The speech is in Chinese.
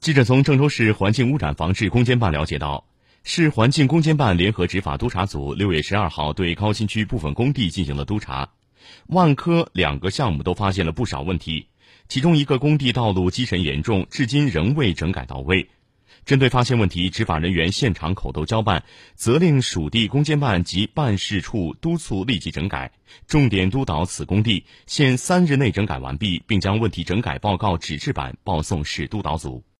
记者从郑州市环境污染防治攻坚办了解到，市环境攻坚办联合执法督查组6月12号对高新区部分工地进行了督查，万科2个项目都发现了不少问题，其中一个工地道路积尘严重，至今仍未整改到位。针对发现问题，执法人员现场口头交办，责令属地攻坚办及办事处督促立即整改，重点督导此工地限3日内整改完毕，并将问题整改报告纸质版报送市督导组。